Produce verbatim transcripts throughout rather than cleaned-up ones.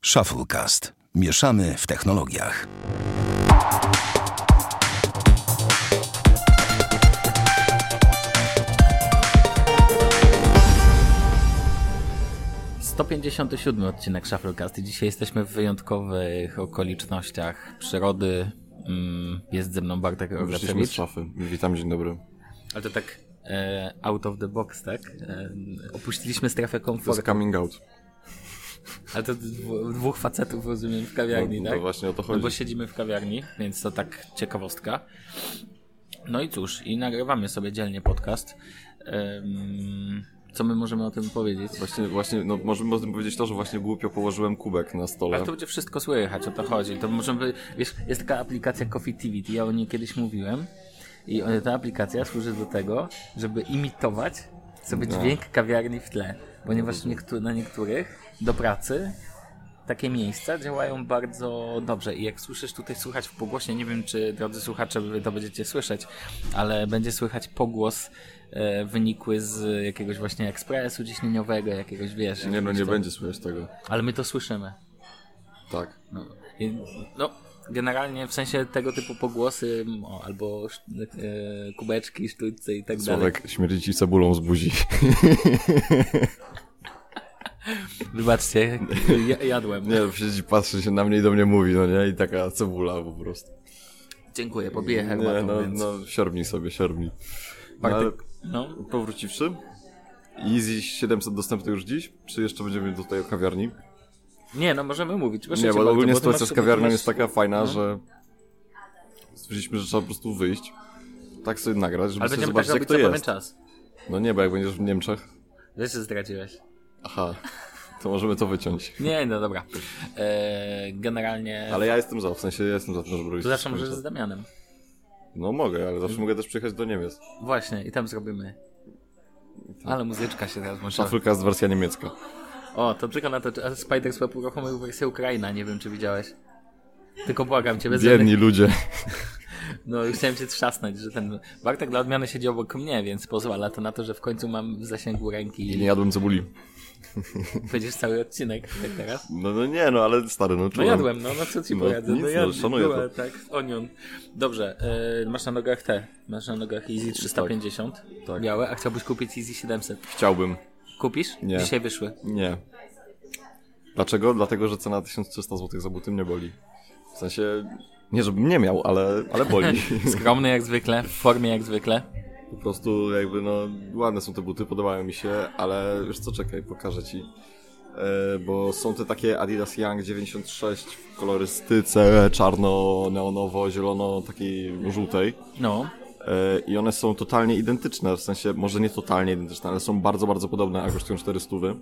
Shufflecast. Mieszamy w technologiach. sto pięćdziesiąty siódmy odcinek Shufflecast i dzisiaj jesteśmy w wyjątkowych okolicznościach przyrody. Jest ze mną Bartek Rogaczewicz. Wyszliśmy z szafy. Witam, dzień dobry. Ale to tak e, out of the box, tak? E, opuściliśmy strefę komfortu. To jest coming out. Ale to dwu, dwóch facetów, rozumiem, w kawiarni, no, tak? To właśnie o to chodzi. No bo siedzimy w kawiarni, więc to tak ciekawostka. No i cóż, i nagrywamy sobie dzielnie podcast. Um, co my możemy o tym powiedzieć? Właśnie, właśnie, no możemy o tym powiedzieć to, że właśnie głupio położyłem kubek na stole. Ale to będzie wszystko słychać, o to chodzi. To możemy, wiesz, jest taka aplikacja Coffee T V, ja o niej kiedyś mówiłem. I ta aplikacja służy do tego, żeby imitować sobie No. dźwięk kawiarni w tle. Ponieważ niektó- na niektórych do pracy takie miejsca działają bardzo dobrze. I jak słyszysz tutaj słuchać w pogłosie, nie wiem czy drodzy słuchacze wy to będziecie słyszeć, ale będzie słychać pogłos e, wynikły z jakiegoś właśnie ekspresu ciśnieniowego, jakiegoś wiesz. Nie, no nie to... będzie słychać tego. Ale my to słyszymy. Tak. No, i, no generalnie w sensie tego typu pogłosy, o, albo e, kubeczki, sztućce i tak dalej. Sławek śmierdzi ci cebulą z buzi. Wybaczcie, ja, jadłem. Nie, siedzi, patrzy się na mnie i do mnie mówi, no nie? I taka cebula po prostu. Dziękuję, pobiję herbatą, Nie, no, więc... no siorbnij sobie, siorbnij. No, Bartek, ale no. powróciwszy, Easy siedemset dostępny już dziś? Czy jeszcze będziemy tutaj o kawiarni? Nie, no możemy mówić. Proszę Nie, cię bo bardzo, ogólnie bo ty sytuacja masz z sobie- kawiarnią masz- jest taka fajna, no. że stwierdziliśmy, że trzeba po prostu wyjść, tak sobie nagrać, żeby Ale sobie będziemy tak zobaczyć, jak robić to co pewien jest. czas. No nie, bo jak będziesz w Niemczech, Wiesz, że zdradziłeś. aha, to możemy to wyciąć. Nie, no dobra. Eee, generalnie... Ale ja jestem za, w sensie ja jestem za tym, żeby robić To zawsze coś możesz końca. z Damianem. No mogę, ale zawsze mogę też przyjechać do Niemiec. Właśnie, i tam zrobimy. Ale muzyczka się teraz może... Shufflecast wersja niemiecka. O, to tylko na to, a Spider Swap uruchomił wersję Ukraina, nie wiem czy widziałeś. Tylko błagam cię, bez Biedni żadnych... ludzie. No chciałem cię trzasnąć, że ten Bartek dla odmiany siedzi obok mnie, więc pozwala to na to, że w końcu mam w zasięgu ręki I i nie jadłem cebuli. będziesz cały odcinek tak teraz. No, no nie, no ale stary, no No czułem. jadłem, no, no co ci No, poradzę. nic, No no, ja szanuję była, to. tak, onion. Dobrze, yy, masz na nogach te, masz na nogach Easy trzysta pięćdziesiąt, tak. białe, a chciałbyś kupić Easy siedemset. Chciałbym. Kupisz? Nie. Dzisiaj wyszły. Nie. Dlaczego? Dlatego, że cena tysiąc trzysta złotych za buty mnie boli. W sensie, nie żebym nie miał, ale, ale boli. Skromny jak zwykle, w formie jak zwykle. Po prostu jakby no, ładne są te buty, podobają mi się, ale wiesz co, czekaj, pokażę ci. E, bo są te takie Adidas Young dziewięćdziesiąt sześć w kolorystyce czarno-neonowo-zielono takiej żółtej. No, E, I one są totalnie identyczne, w sensie, może nie totalnie identyczne, ale są bardzo, bardzo podobne, a kosztują czterysta. E,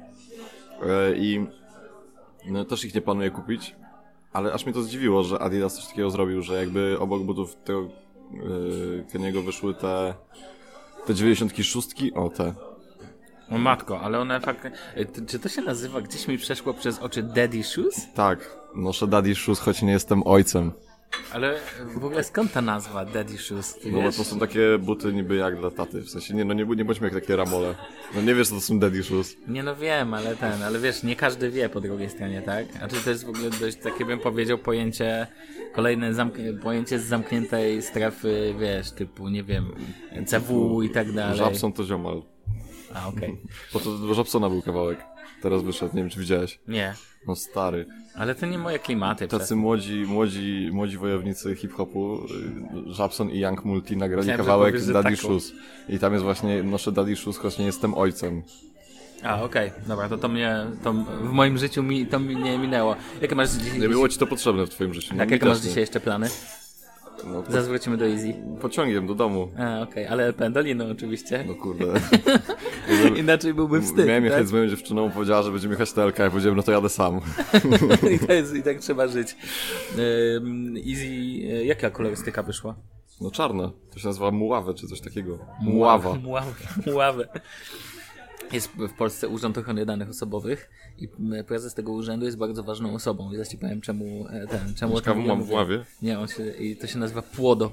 I no, też ich nie planuję kupić, ale aż mnie to zdziwiło, że Adidas coś takiego zrobił, że jakby obok butów tego yy, Keniego wyszły te te dziewięćdziesiątki szóstki, o te. o matko, ale one faktycznie... Czy to się nazywa, gdzieś mi przeszło przez oczy Daddy Shoes? Tak, noszę Daddy Shoes, choć nie jestem ojcem. Ale w ogóle skąd ta nazwa Daddy Shoes? Ty No bo wiesz? to są takie buty niby jak dla taty, w sensie nie, no nie, nie bądźmy jak takie ramole. No nie wiesz, co to są Daddy Shoes. Nie no wiem, ale ten, ale wiesz, nie każdy wie po drugiej stronie, tak? A czy to jest w ogóle dość takie, bym powiedział, pojęcie, kolejne zamk- pojęcie z zamkniętej strefy, wiesz, typu, nie wiem, C W i tak dalej. Żabson to ziomal. A, okej. Bo to do Żabsona był kawałek. Teraz wyszedł, nie wiem czy widziałeś. Nie, No stary. ale to nie moje klimaty. Tacy Tacy... młodzi, młodzi, młodzi wojownicy hip-hopu, y, Żabson i Young Multi nagrali Myślałem, że kawałek powiesz, że Daddy taką. Shoes. I tam jest właśnie, noszę Daddy Shoes, choć nie jestem ojcem. A, okej, dobra, to to mnie, to w moim życiu mi, to mi nie minęło. Jakie masz dzisiaj? Nie było ci to potrzebne w twoim życiu. No, Tak, mi jakie też masz nie. dzisiaj jeszcze plany? No, po, Zawrócimy do Easy. pociągiem do domu. A, okej, ale pendolino oczywiście. No kurde. Inaczej byłby wstyd, Miałem tak? jechać z moją dziewczyną, powiedziała, że będziemy jechać T L K, ja powiedziałem, no to jadę sam. I, to jest, I tak trzeba żyć. Ym, Easy, y, jaka kolorystyka wyszła? No czarna. To się nazywa muławę, czy coś takiego. Muława. Muławę. Muławę. Jest w Polsce Urząd Ochrony Danych Osobowych i prezes tego urzędu jest bardzo ważną osobą. I zaraz ci powiem, czemu e, ten, czemu o tym Kawę mam w mówię. ławie. Nie, on się, i to się nazywa Płodo.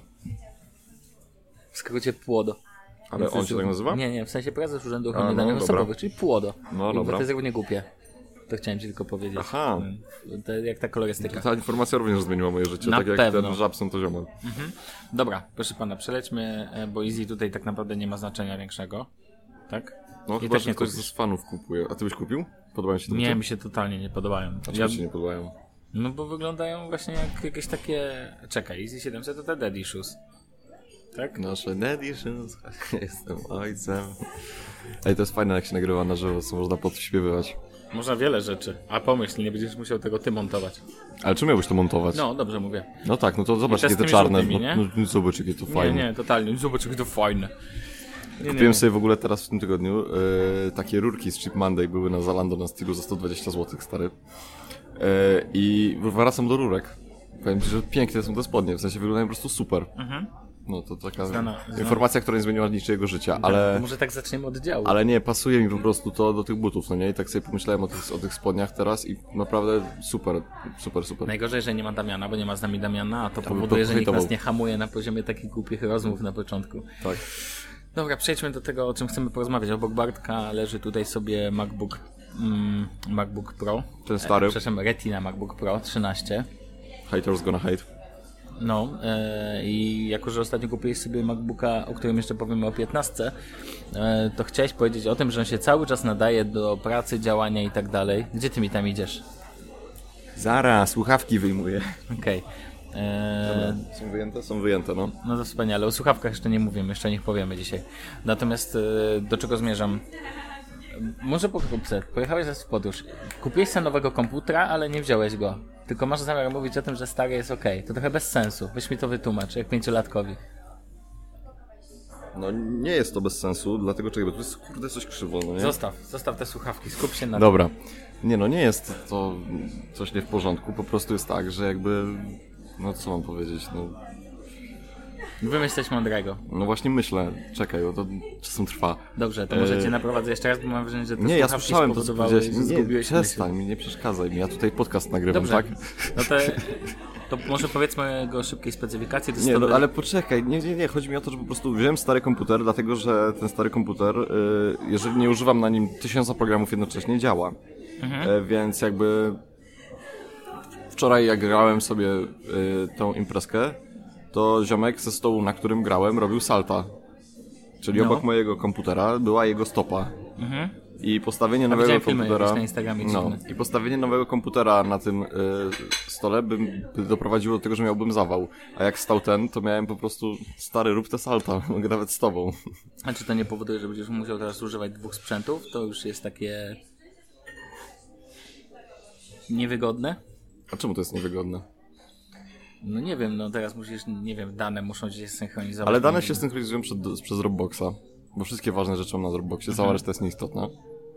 W skrócie Płodo. Ale Więc to on jest- się tak nazywa? Nie, nie, w sensie prezes Urzędu Ochrony A, no, Danych dobra. Osobowych, czyli Płodo. No, I dobra. To jest równie głupie. To chciałem ci tylko powiedzieć. Aha. To jak ta kolorystyka. Ta informacja również zmieniła moje życie, Na tak jak pewno. ten Żabson to ziomal. Mhm. Dobra, proszę pana, przelećmy, bo Easy tutaj tak naprawdę nie ma znaczenia większego. Tak? No I chyba, też że nie ktoś kupisz. z fanów kupuje. A ty byś kupił? Podobają ci te Nie, buty? mi się totalnie nie podobają. A czemu Ja, ci nie podobają? no bo wyglądają właśnie jak jakieś takie... Czekaj, Easy siedemset to te Daddy Shoes. Tak? Nasze Daddy Shoes, jestem ojcem. Ej, to jest fajne, jak się nagrywa na żywo, co można podśpiewywać. Można wiele rzeczy. A pomyśl, nie będziesz musiał tego ty montować. Ale czym miałbyś to montować? No, dobrze mówię. No tak, no to zobacz, te z jakie te tymi czarne. żółtymi, No, nie? no, zobacz, jakie to fajne. Nie, nie, totalnie. Zobacz, jakie to fajne. Nie, nie, Kupiłem nie. sobie w ogóle teraz w tym tygodniu e, takie rurki z Cheap Monday, były na Zalando na stylu za sto dwadzieścia złotych, stary. E, I wracam do rurek. Powiem ci, że piękne są te spodnie, w sensie wyglądają po prostu super. Mhm. No to taka Znana- informacja, która nie zmieniła niczego życia, ale... To może tak zaczniemy od działu. Ale nie, pasuje mi po prostu to do tych butów, no nie? I tak sobie pomyślałem o tych, o tych spodniach teraz i naprawdę super, super, super. Najgorzej, że nie ma Damiana, bo nie ma z nami Damiana, a to by powoduje, to że nikt hejtował. nas nie hamuje na poziomie takich głupich rozmów na początku. Tak. Dobra, przejdźmy do tego, o czym chcemy porozmawiać. Obok Bartka leży tutaj sobie MacBook mm, MacBook Pro. Ten stary. E, przepraszam, Retina MacBook Pro trzynaście. Haters gonna hate. No e, i jako, że ostatnio kupiłeś sobie MacBooka, o którym jeszcze powiemy o piętnastce, e, to chciałeś powiedzieć o tym, że on się cały czas nadaje do pracy, działania i tak dalej. Gdzie ty mi tam idziesz? Zaraz, słuchawki wyjmuję. Okej. E, Są wyjęte? Są wyjęte, no. No to wspaniale. O słuchawkach jeszcze nie mówimy, jeszcze o nich powiemy dzisiaj. Natomiast e, do czego zmierzam? Może pokrótce. Pojechałeś teraz w podróż. Kupiłeś sobie nowego komputera, ale nie wziąłeś go. Tylko masz zamiar mówić o tym, że stary jest okej. To trochę bez sensu. Weź mi to wytłumacz, jak pięciolatkowi. No nie jest to bez sensu, dlatego czekaj, bo to jest kurde coś krzywo, no nie? Zostaw, zostaw te słuchawki, skup się na tym. Dobra. Nie no, nie jest to coś nie w porządku, po prostu jest tak, że jakby... No co mam powiedzieć, no... Wymyśl coś mądrego. No właśnie myślę, czekaj, bo to czasem trwa. Dobrze, to może E, cię naprowadzę jeszcze raz, bo mam wrażenie, że te Nie, ja słuchawki słyszałem to, co spowodowały, powiedziałeś. że Nie, zgubiłeś przestań myśl. mi, nie przeszkadzaj mi, ja tutaj podcast nagrywam, Dobrze, tak? no to, to może powiedzmy o szybkiej specyfikacji. To jest Nie, to no do- ale poczekaj, nie, nie, nie, chodzi mi o to, że po prostu wziąłem stary komputer, dlatego że ten stary komputer, y, jeżeli nie używam na nim tysiąca programów jednocześnie, działa. Mhm. E, więc jakby wczoraj jak grałem sobie y, tą imprezkę, to ziomek ze stołu, na którym grałem, robił salta. Czyli No. obok mojego komputera była jego stopa. Mhm. I postawienie A nowego widziałem filmy komputera. jakieś na Instagramie no, dziwne. i postawienie nowego komputera na tym y, stole by, by doprowadziło do tego, że miałbym zawał. A jak stał ten, to miałem po prostu stary, rób te salta, mogę nawet z tobą. A czy to nie powoduje, że będziesz musiał teraz używać dwóch sprzętów? To już jest takie niewygodne? A czemu to jest niewygodne? No nie wiem, no teraz musisz, nie wiem, dane muszą się synchronizować. Ale dane się synchronizują przed, przez Dropboxa, bo wszystkie ważne rzeczy mam na Dropboxie, cała reszta jest nieistotna.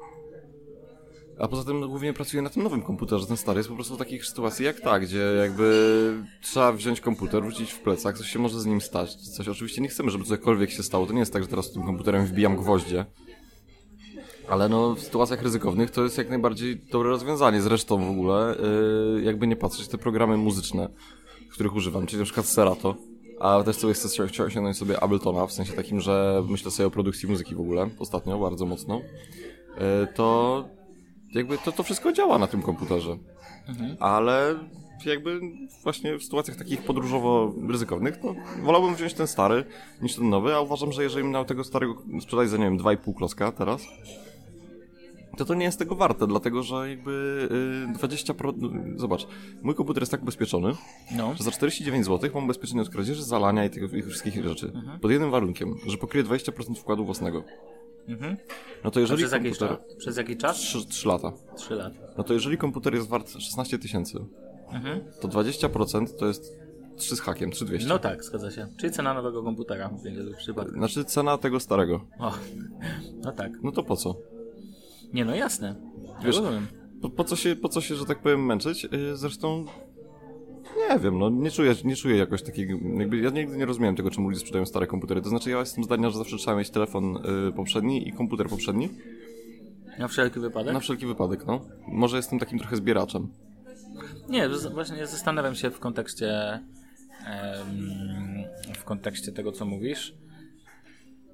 A poza tym głównie pracuję na tym nowym komputerze, ten stary jest po prostu w takich sytuacji jak ta, gdzie jakby trzeba wziąć komputer, wrzucić w plecak, coś się może z nim stać, czy coś. Oczywiście nie chcemy, żeby cokolwiek się stało, to nie jest tak, że teraz tym komputerem wbijam gwoździe. Ale no w sytuacjach ryzykownych to jest jak najbardziej dobre rozwiązanie. Zresztą w ogóle, yy, jakby nie patrzeć, te programy muzyczne, których używam, czyli na przykład Serato, a też sobie chcę chciał osiągnąć sobie Abletona, w sensie takim, że myślę sobie o produkcji muzyki w ogóle, ostatnio, bardzo mocno, yy, to jakby to, to wszystko działa na tym komputerze. Mhm. Ale jakby właśnie w sytuacjach takich podróżowo ryzykownych, to wolałbym wziąć ten stary niż ten nowy, a uważam, że jeżeli miał tego starego sprzedać za, nie wiem, dwa i pół klocka teraz, to to nie jest tego warte, dlatego że jakby yy, dwadzieścia procent... Zobacz, mój komputer jest tak ubezpieczony, No. że za czterdzieści dziewięć złotych mam ubezpieczenie od kradzieży, zalania i tych, tych wszystkich rzeczy. Mhm. Pod jednym warunkiem, że pokryje dwadzieścia procent wkładu własnego. Mhm. No to A jeżeli przez, jakiś komputer... czas? przez jaki czas? trzy lata. Trzy lata. No to jeżeli komputer jest wart szesnaście tysięcy, Mhm. to dwadzieścia procent to jest trzy z hakiem, trzy dwieście. No tak, zgadza się. Czyli cena nowego komputera w wielu przypadkach. Znaczy cena tego starego. O, no tak. No to po co? Nie no, jasne. Ja Wiesz, rozumiem. Po, po, co się, po co się, że tak powiem, męczyć? Yy, zresztą nie wiem, no nie czuję, nie czuję jakoś takiego, jakby ja nigdy nie rozumiałem tego, czemu ludzie sprzedają stare komputery. To znaczy ja jestem zdania, że zawsze trzeba mieć telefon yy, poprzedni i komputer poprzedni. Na wszelki wypadek? Na wszelki wypadek, no. Może jestem takim trochę zbieraczem. Nie, z- właśnie zastanawiam się w kontekście em, w kontekście tego, co mówisz.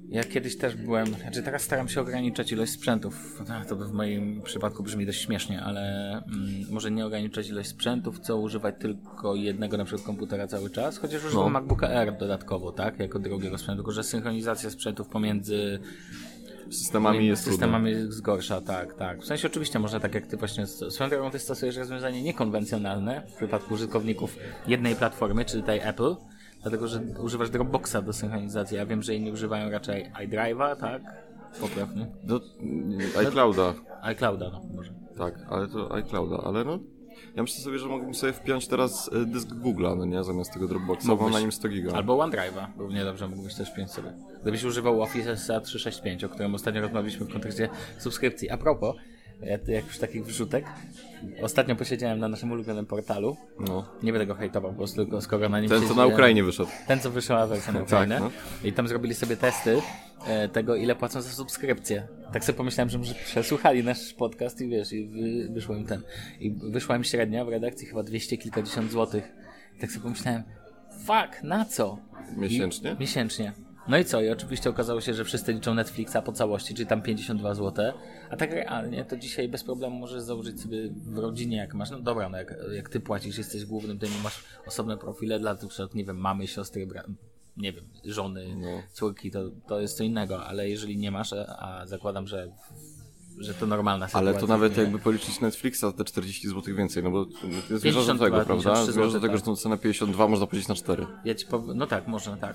Ja kiedyś też byłem, znaczy teraz staram się ograniczać ilość sprzętów. To by w moim przypadku brzmi dość śmiesznie, ale mm, może nie ograniczać ilość sprzętów, co używać tylko jednego na przykład komputera cały czas, chociaż używam no. MacBooka Air dodatkowo, tak, jako drugiego sprzętu, tylko że synchronizacja sprzętów pomiędzy systemami jest systemami jest gorsza, tak, tak. W sensie oczywiście można tak jak ty właśnie, swoją drogą ty stosujesz rozwiązanie niekonwencjonalne w przypadku użytkowników jednej platformy, czyli tej Apple, dlatego, że używasz Dropboxa do synchronizacji. Ja wiem, że inni używają raczej iDrive'a, tak? Poprawnie. No, iClouda. iClouda, no może. Tak, ale to iClouda, ale no... Ja myślę sobie, że mógłbym sobie wpiąć teraz dysk Google'a, no nie? Zamiast tego Dropboxa, mam na nim sto giga. Albo OneDrive'a, równie dobrze mógłbyś też wpiąć sobie. Gdybyś używał Office trzysta sześćdziesiąt pięć, o którym ostatnio rozmawialiśmy w kontekście subskrypcji. A propos, jak już takich wrzutek, ostatnio posiedziałem na naszym ulubionym portalu. No. Nie będę go hejtował, po prostu tylko skoro na nim Ten, co na Ukrainie wyszedł. Ten, co wyszła wersja na Ukrainę. Tak, no. I tam zrobili sobie testy e, tego, ile płacą za subskrypcję. Tak sobie pomyślałem, że może przesłuchali nasz podcast i wiesz, i wy, wyszło im ten. I wyszła im średnia w redakcji chyba dwieście kilkadziesiąt złotych. I tak sobie pomyślałem, fuck, na co? Miesięcznie? I, miesięcznie. No i co? I oczywiście okazało się, że wszyscy liczą Netflixa po całości, czyli tam pięćdziesiąt dwa złote. A tak realnie to dzisiaj bez problemu możesz założyć sobie w rodzinie, jak masz. No dobra, no jak, jak ty płacisz, jesteś głównym, to masz osobne profile dla tych, nie wiem, mamy, siostry, bra- nie wiem, żony, no. córki, to, to jest co innego. Ale jeżeli nie masz, a zakładam, że że to normalna sytuacja. Ale to nawet nie? Jakby policzyć Netflixa te czterdzieści złotych więcej, no bo zmierza do tego, prawda? Zmierza do tego, że tą cenę pięćdziesiąt dwa można podzielić na cztery. Ja ci pow- no tak, można, tak.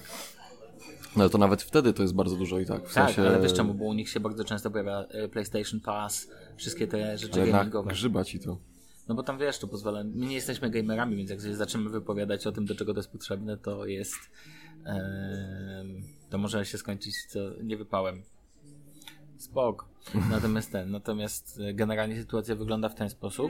No ale to nawet wtedy to jest bardzo dużo i tak. W tak, sensie... ale wiesz czemu, bo u nich się bardzo często pojawia PlayStation Pass, wszystkie te rzeczy ale gamingowe. Ale grzyba ci to. No bo tam wiesz, to pozwala, my nie jesteśmy gamerami, więc jak sobie zaczniemy wypowiadać o tym, do czego to jest potrzebne, to jest, ee, to może się skończyć co nie wypałem. Spok. Natomiast ten, natomiast generalnie sytuacja wygląda w ten sposób,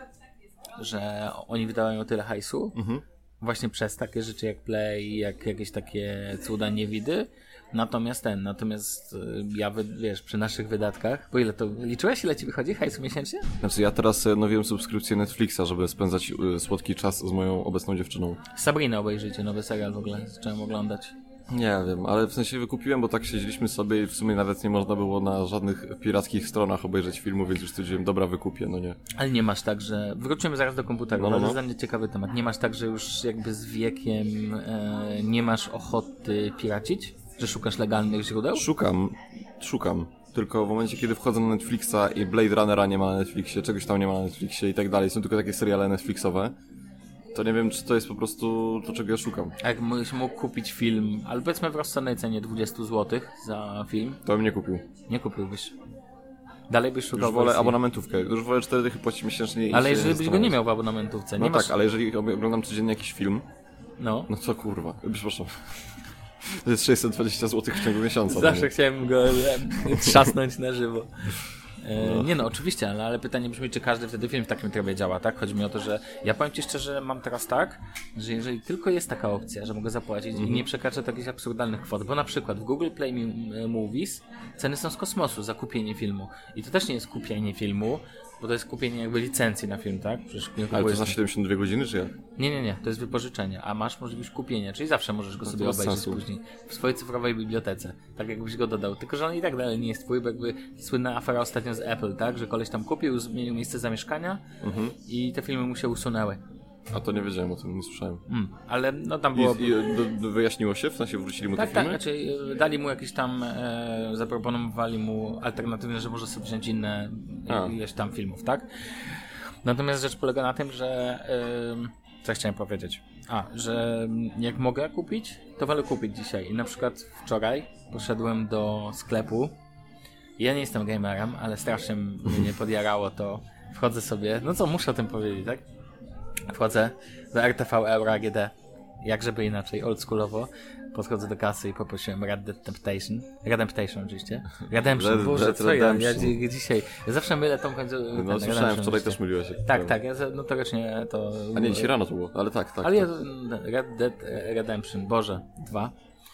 że oni wydawają tyle hajsu, mhm. właśnie przez takie rzeczy jak Play, jak jakieś takie cuda niewidy. Natomiast ten, natomiast ja, wiesz, przy naszych wydatkach, bo ile to, liczyłeś ile ci wychodzi hajsu miesięcznie? Znaczy ja teraz nowiłem subskrypcję Netflixa, żeby spędzać słodki czas z moją obecną dziewczyną. Sabrinę obejrzyjcie, nowy serial w ogóle, zacząłem oglądać. Nie wiem, ale w sensie wykupiłem, bo tak siedzieliśmy sobie i w sumie nawet nie można było na żadnych pirackich stronach obejrzeć filmu, więc już stwierdziłem, dobra, wykupię, no nie. Ale nie masz tak, że... Wrócimy zaraz do komputera, no, no, no. To jest dla mnie ciekawy temat. Nie masz tak, że już jakby z wiekiem e, nie masz ochoty piracić? Że szukasz legalnych źródeł? Szukam, szukam. Tylko w momencie, kiedy wchodzę na Netflixa i Blade Runnera nie ma na Netflixie, czegoś tam nie ma na Netflixie i tak dalej, są tylko takie seriale Netflixowe, to nie wiem, czy to jest po prostu to, czego ja szukam. A jakbyś mógł kupić film, ale powiedzmy w rozsądnej cenie dwadzieścia złotych za film? To bym nie kupił. Nie kupiłbyś. Dalej byś szukał Już wolę wersji. abonamentówkę. Już wolę cztery dychy płacić miesięcznie. Ale jeżeli byś go nie miał w abonamentówce, nie No masz... tak, ale jeżeli oglądam codziennie jakiś film, no, no to kurwa, przepraszam. To jest sześćset dwadzieścia złotych w ciągu miesiąca. Zawsze chciałem go trzasnąć na żywo. E, nie no, oczywiście, ale, ale pytanie brzmi, czy każdy wtedy film w takim trybie działa, tak? Chodzi mi o to, że ja powiem ci szczerze, mam teraz tak, że jeżeli tylko jest taka opcja, że mogę zapłacić mm-hmm. i nie przekracza to jakichś absurdalnych kwot, bo na przykład w Google Play Movies ceny są z kosmosu za kupienie filmu i to też nie jest kupienie filmu, bo to jest kupienie jakby licencji na film, tak? Przecież nie ale to za siedemdziesiąt dwie godziny, czy jak? Nie, nie, nie, to jest wypożyczenie, a masz możliwość kupienia, czyli zawsze możesz go no sobie obejrzeć sensu. Później w swojej cyfrowej bibliotece, tak jakbyś go dodał, tylko że on i tak dalej nie jest twój, bo jakby słynna afera ostatnio z Apple, tak? Że koleś tam kupił, zmienił miejsce zamieszkania mhm. i te filmy mu się usunęły. A to nie wiedziałem o tym, nie słyszałem. Mm, ale no tam było... I, i do, do wyjaśniło się? W sensie wrócili mu tak, te filmy? Tak, raczej dali mu jakieś tam, e, zaproponowali mu alternatywne, że może sobie wziąć inne A. ileś tam filmów, tak? Natomiast rzecz polega na tym, że... E, co chciałem powiedzieć? A, że jak mogę kupić, to wolę kupić dzisiaj. I na przykład wczoraj poszedłem do sklepu. Ja nie jestem gamerem, ale strasznie mnie podjarało to. Wchodzę sobie, no co, muszę o tym powiedzieć, tak? Wchodzę do R T V Euro A G D, jak żeby inaczej, oldschoolowo. Podchodzę do kasy i poprosiłem Red Dead Temptation. Redemption oczywiście. Redemption, Red, Boże, Red, co ja, ja dzi- dzisiaj... Ja zawsze mylę tą końcu... No ten, słyszałem, wczoraj też myliłeś się. Tak, tak, ja notorycznie to... A nie, dzisiaj rano to było, ale tak, tak. Ale tak. Ja, Red Dead Redemption, Boże, dwa.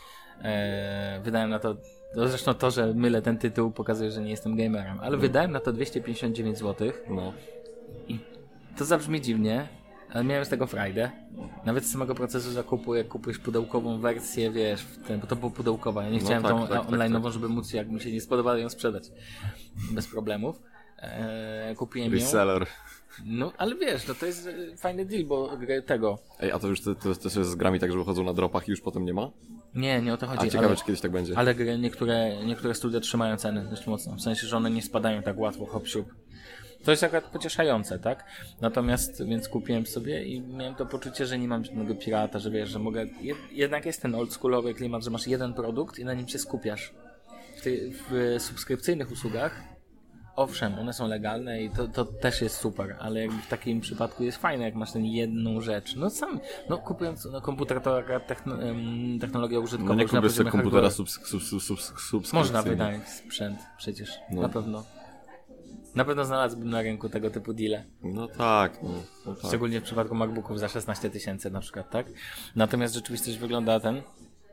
Eee, wydałem na to... No zresztą to, że mylę ten tytuł pokazuje, że nie jestem gamerem, ale no. Wydałem na to dwieście pięćdziesiąt dziewięć złotych. No. I to zabrzmi dziwnie, Ale miałem z tego frajdę. Nawet z samego procesu zakupu, jak kupujesz pudełkową wersję, wiesz, w ten, bo to było pudełkowa. Ja nie No chciałem tak, tą tak, online'ową, tak, tak. żeby móc, jak mi się nie spodoba, ją sprzedać. Bez problemów. Eee, kupiłem ją. Reseller. No, ale wiesz, no to jest e, fajny deal, bo grę tego. Ej, a to już to, to, to jest z grami tak, że wychodzą na dropach i już potem nie ma? Nie, nie o to chodzi. A ciekawe, ale, czy kiedyś tak będzie. ale gry, niektóre, niektóre studia trzymają ceny dość mocno. W sensie, że one nie spadają tak łatwo, hop siup. To jest akurat pocieszające, tak? Natomiast, więc kupiłem sobie i miałem to poczucie, że nie mam żadnego pirata, że wiesz, że mogę... Jed, jednak jest ten oldschoolowy klimat, że masz jeden produkt i na nim się skupiasz. W, ty, w subskrypcyjnych usługach, owszem, one są legalne i to, to też jest super, ale jakby w takim przypadku jest fajne, jak masz tę jedną rzecz. No sam, no kupując no, komputer to akurat techno, um, technologia użytkowa. No nie kupisz sobie komputera hardware. subs, subs, subs, subs, subskrypcyjnego. Można wynająć sprzęt przecież, No. na pewno. Na pewno znalazłbym na rynku tego typu deale. No tak, no, no tak. Szczególnie w przypadku MacBooków za szesnaście tysięcy na przykład, tak? Natomiast rzeczywistość wygląda ten...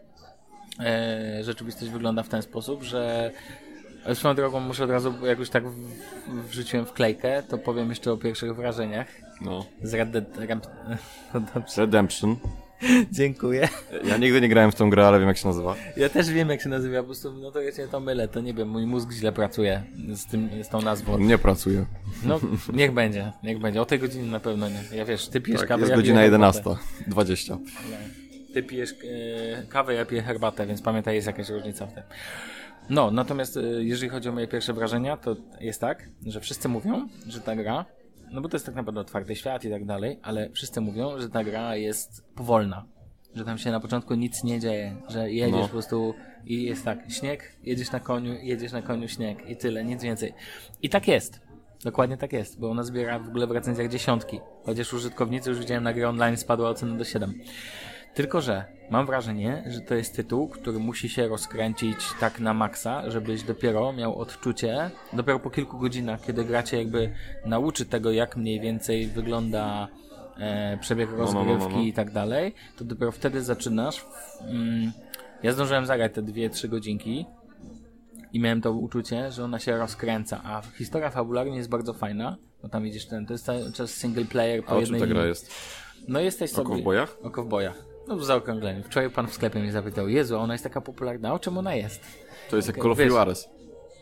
E, rzeczywistość wygląda w ten sposób, że... Swoją drogą muszę od razu, jak już tak w, wrzuciłem wklejkę, to powiem jeszcze o pierwszych wrażeniach. No. Z Red Dead... Ramp... Dobrze. Redemption. Dziękuję. Ja nigdy nie grałem w tą grę, ale wiem jak się nazywa. Ja też wiem jak się nazywa, po prostu no to ja cię to mylę, to nie wiem, mój mózg źle pracuje z, tym, z tą nazwą. On nie pracuje. No, niech będzie, niech będzie. O tej godzinie na pewno nie. Ja wiesz, ty pijesz Tak, kawę, jest ja godzina piję jedenasta herbatę. dwadzieścia. Ty pijesz e, kawę, ja piję herbatę, więc pamiętaj, jest jakaś różnica w tym. No, natomiast e, jeżeli chodzi o moje pierwsze wrażenia, to jest tak, że wszyscy mówią, że ta gra, no bo to jest tak naprawdę otwarty świat i tak dalej, ale wszyscy mówią, że ta gra jest powolna. Że tam się na początku nic nie dzieje, że jedziesz No. po prostu i jest tak, śnieg, jedziesz na koniu, jedziesz na koniu śnieg i tyle, nic więcej. I tak jest. Dokładnie tak jest, bo ona zbiera w ogóle w recenzjach dziesiątki. Chociaż użytkownicy, już widziałem na grę online, spadła ocena do siedem. Tylko że mam wrażenie, że to jest tytuł, który musi się rozkręcić tak na maksa, żebyś dopiero miał odczucie, dopiero po kilku godzinach, kiedy gracie jakby nauczy tego, jak mniej więcej wygląda e, przebieg rozgrywki no, no, no. i tak dalej, to dopiero wtedy zaczynasz. Mm, ja zdążyłem zagrać te dwie, trzy godzinki i miałem to uczucie, że ona się rozkręca, a historia fabularnie jest bardzo fajna, bo tam widzisz ten, to jest cały czas single player po A o czym jednej ta gra linii. jest? No jesteś sobie... O kowbojach? O kowbojach. No w zaokrągleniu. Wczoraj pan w sklepie mnie zapytał, Jezu, ona jest taka popularna, o czym ona jest? To jest jak Okej, Call of wiesz. Juarez.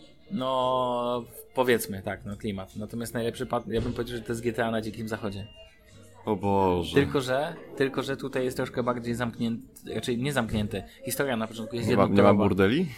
No, powiedzmy, tak, no klimat. Natomiast najlepszy, pat- ja bym powiedział, że to jest G T A na Dzikim Zachodzie. O Boże. Tylko, że, tylko, że tutaj jest troszkę bardziej zamknięty, raczej nie zamknięty. Historia na początku jest Nie ma, nie ma jednotorowa. burdeli?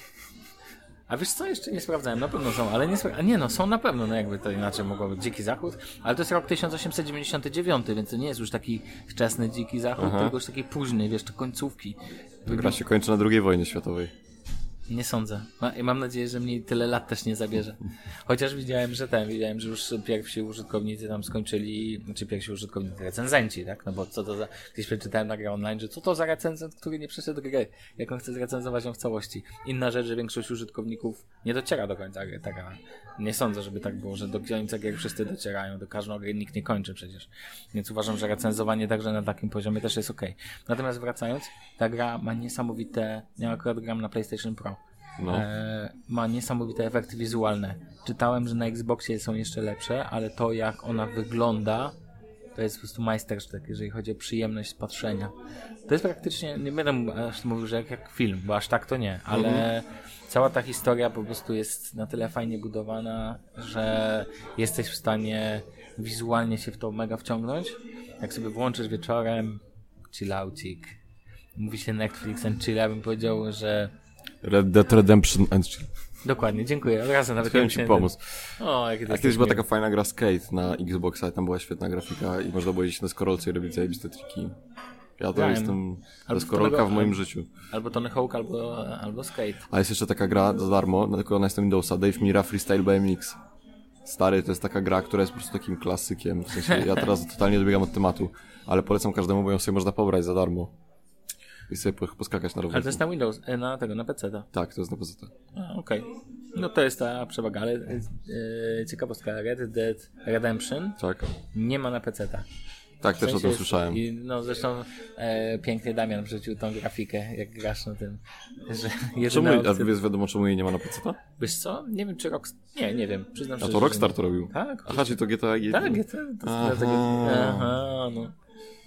A wiesz co, jeszcze nie sprawdzałem, na pewno są, ale nie spra- a nie no, są na pewno, no jakby to inaczej mogło być Dziki Zachód, ale to jest rok tysiąc osiemset dziewięćdziesiąty dziewiąty, więc to nie jest już taki wczesny Dziki Zachód, Aha. tylko już taki późny, wiesz, to końcówki. Gra się kończy na drugiej wojnie światowej. Nie sądzę. Ma, i mam nadzieję, że mnie tyle lat też nie zabierze. Chociaż widziałem, że ten, widziałem, że już pierwsi użytkownicy tam skończyli, znaczy pierwsi użytkownicy, recenzenci, tak? No bo co to za, gdzieś przeczytałem na grę online, że co to za recenzent, który nie przeszedł gry, jak on chce zrecenzować ją w całości. Inna rzecz, że większość użytkowników nie dociera do końca gry, tak? Nie sądzę, żeby tak było, że do końca gry wszyscy docierają, do każdą gry nikt nie kończy przecież. Więc uważam, że recenzowanie także na takim poziomie też jest okej. Natomiast wracając, ta gra ma niesamowite, ja akurat gram na PlayStation Pro. No. E, ma niesamowite efekty wizualne. Czytałem, że na Xboxie są jeszcze lepsze, ale to jak ona wygląda, to jest po prostu majstersztyk, jeżeli chodzi o przyjemność z patrzenia. To jest praktycznie, nie będę aż mówił, że jak, jak film, bo aż tak to nie, ale mhm. cała ta historia po prostu jest na tyle fajnie budowana, że jesteś w stanie wizualnie się w to mega wciągnąć. Jak sobie włączysz wieczorem, chillaucik, mówi się Netflix and chill, ja bym powiedział, że Red Dead Redemption and Chill. dokładnie, dziękuję. Od razu nawet Chciałem ci pomóc. O, jak A kiedyś była taka fajna gra Skate na Xboxa i tam była świetna grafika i można było jeździć na skorolce i robić zajebiste triki. Ja to Grałem. jestem Albo deskorolka tego- w moim życiu. Albo Tony Hawk, albo, albo Skate. A jest jeszcze taka gra za darmo, no tylko ona jest na Windowsa, Dave Mira Freestyle B M X. Stary, to jest taka gra, która jest po prostu takim klasykiem. W sensie, ja teraz totalnie odbiegam od tematu, ale polecam każdemu, bo ją sobie można pobrać za darmo. I sobie po- poskakać na rowerze. Ale to jest na Windows, e, na tego, na P C. Tak, to jest na P C. A, okej. No to jest ta przewaga, ale e, e, ciekawostka, Red Dead Redemption Tak. nie ma na P C ta. Tak, W też o sensie tym jest- słyszałem. I, no zresztą e, pięknie Damian wrzucił tą grafikę, jak grasz na tym. Że jedyna Czemu, a opcja- jest wiadomo, czemu jej nie ma na P C? Wiesz co? Nie wiem czy Rockstar... Nie, nie wiem. Przyznam A szczerze, to że Rockstar nie. to robił. Tak. Aha, czyli to G T A. Tak, G T A. To Aha. jest Aha, no.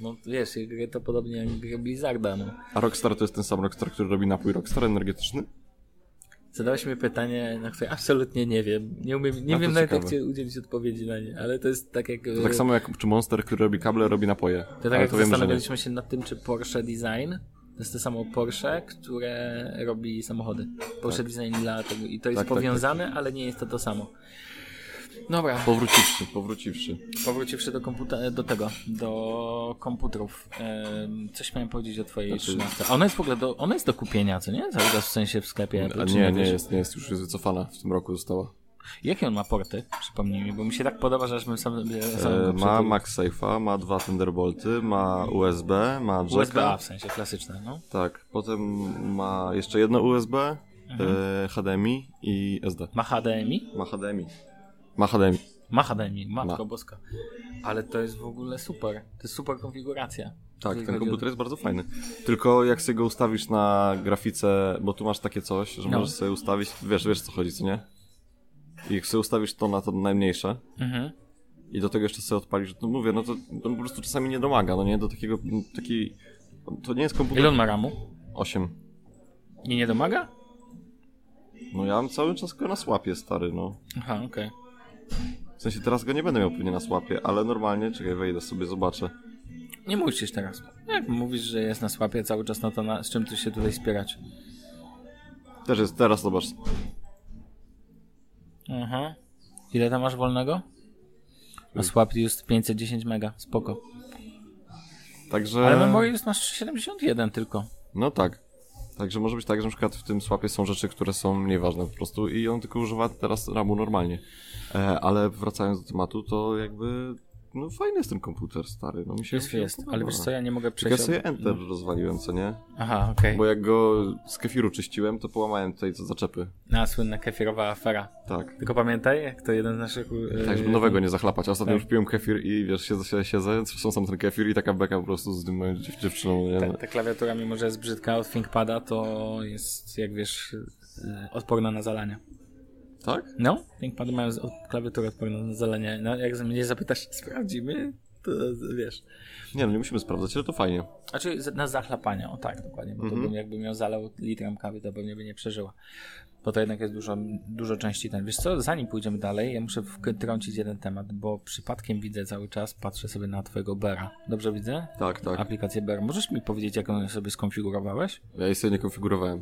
No wiesz, gry to podobnie jak gry Blizzarda, no. A Rockstar to jest ten sam Rockstar, który robi napój Rockstar energetyczny? Zadałeś mi pytanie, na które absolutnie nie wiem. Nie umiem, nie A, wiem nawet jak ciekawe. ci udzielić odpowiedzi na nie, ale to jest tak jak... To tak samo jak czy Monster, który robi kable, robi napoje. To tak Ale jak to wiem, że nie. zastanawialiśmy się nad tym, czy Porsche Design to jest to samo Porsche, które robi samochody. Porsche Design dla tego i to jest Tak, tak, powiązane, ale nie jest to to samo. Dobra, Powróciwszy, powróciwszy. powróciwszy do komputera, do tego, do komputerów. Ehm, coś miałem powiedzieć o twojej Znaczy- trzynastce. A ona jest w ogóle do, ona jest do kupienia, co nie? Cały czas w sensie w sklepie. A czy nie, nie wiesz? jest, nie jest, już jest wycofana. W tym roku została. Jakie on ma porty? Przypomnij mi, bo mi się tak podoba, że aż bym sam, sam E, go ma przytulił. MagSafe'a, ma dwa Thunderbolty, ma U S B, ma U S B A jacka. w sensie klasyczne, no. Tak, potem ma jeszcze jedno U S B, Mhm. e, H D M I i S D. Ma H D M I? Ma H D M I. Ma H D M I. Ma H D M I, matko Ma. boska. Ale to jest w ogóle super. To jest super konfiguracja. Tak, Jeżeli ten chodzi komputer o... jest bardzo fajny. Tylko jak sobie go ustawisz na grafice, bo tu masz takie coś, że No. możesz sobie ustawić, wiesz, wiesz co chodzi, co nie? I jak sobie ustawisz to na to najmniejsze Mhm. i do tego jeszcze sobie odpalisz, no mówię, no to, to po prostu czasami nie domaga, no nie? Do takiego, taki, to nie jest komputer... Ile on ma ramu? osiem. I nie domaga? No ja mam cały czas go na słapie, stary, no. Aha, okej. W sensie teraz go nie będę miał pewnie na słapie, ale normalnie, czekaj, wejdę sobie, zobaczę. Nie musisz teraz. Jak mówisz, że jest na słapie cały czas, no to na... z czym tu się tutaj spierać? Też jest, teraz zobacz. Aha. Ile tam masz wolnego? A swap jest pięćset dziesięć mega, spoko. Także... Ale memory już masz siedemdziesiąt jeden tylko. No tak. Także może być tak, że na przykład w tym słapie są rzeczy, które są mniej ważne po prostu i on tylko używa teraz ramu normalnie. E, ale wracając do tematu, to jakby... No fajny jest ten komputer, stary. No mi się Jest, mi się jest. podoba. Ale wiesz co, ja nie mogę Tylko przejść... ja sobie ob- Enter rozwaliłem, co nie? Aha, okej. Bo jak go z kefiru czyściłem, to połamałem tutaj co zaczepy. Na słynna kefirowa afera. Tak. Tylko pamiętaj, jak to jeden z naszych... Yy, Tak, żeby nowego nie zachlapać. A ostatnio tak. już piłem kefir i wiesz, siedzę, siedzę, siedzę, są sam ten kefir i taka beka po prostu z tym moją dziew- dziewczyną. Nie? Ta, ta klawiatura, mimo że jest brzydka od ThinkPada, to jest, jak wiesz, yy, odporna na zalanie. Tak? No, ThinkPady mają z- od- klawiaturę odporną na zalanie. No, jak mnie zapytasz, sprawdzimy, to wiesz. Nie, no nie musimy sprawdzać, ale to fajnie. Znaczy z- na zachlapanie, o tak, dokładnie. Bo to Mhm. bym, jakby miał zalał litrem kawy, to pewnie by nie przeżyła. Bo to jednak jest dużo, dużo części ten. Wiesz co, zanim pójdziemy dalej, ja muszę wtrącić jeden temat, bo przypadkiem widzę cały czas, patrzę sobie na twojego Bera. Dobrze widzę? Tak, tak. Aplikację Bear. Możesz mi powiedzieć, jak ją sobie skonfigurowałeś? Ja jej sobie nie konfigurowałem.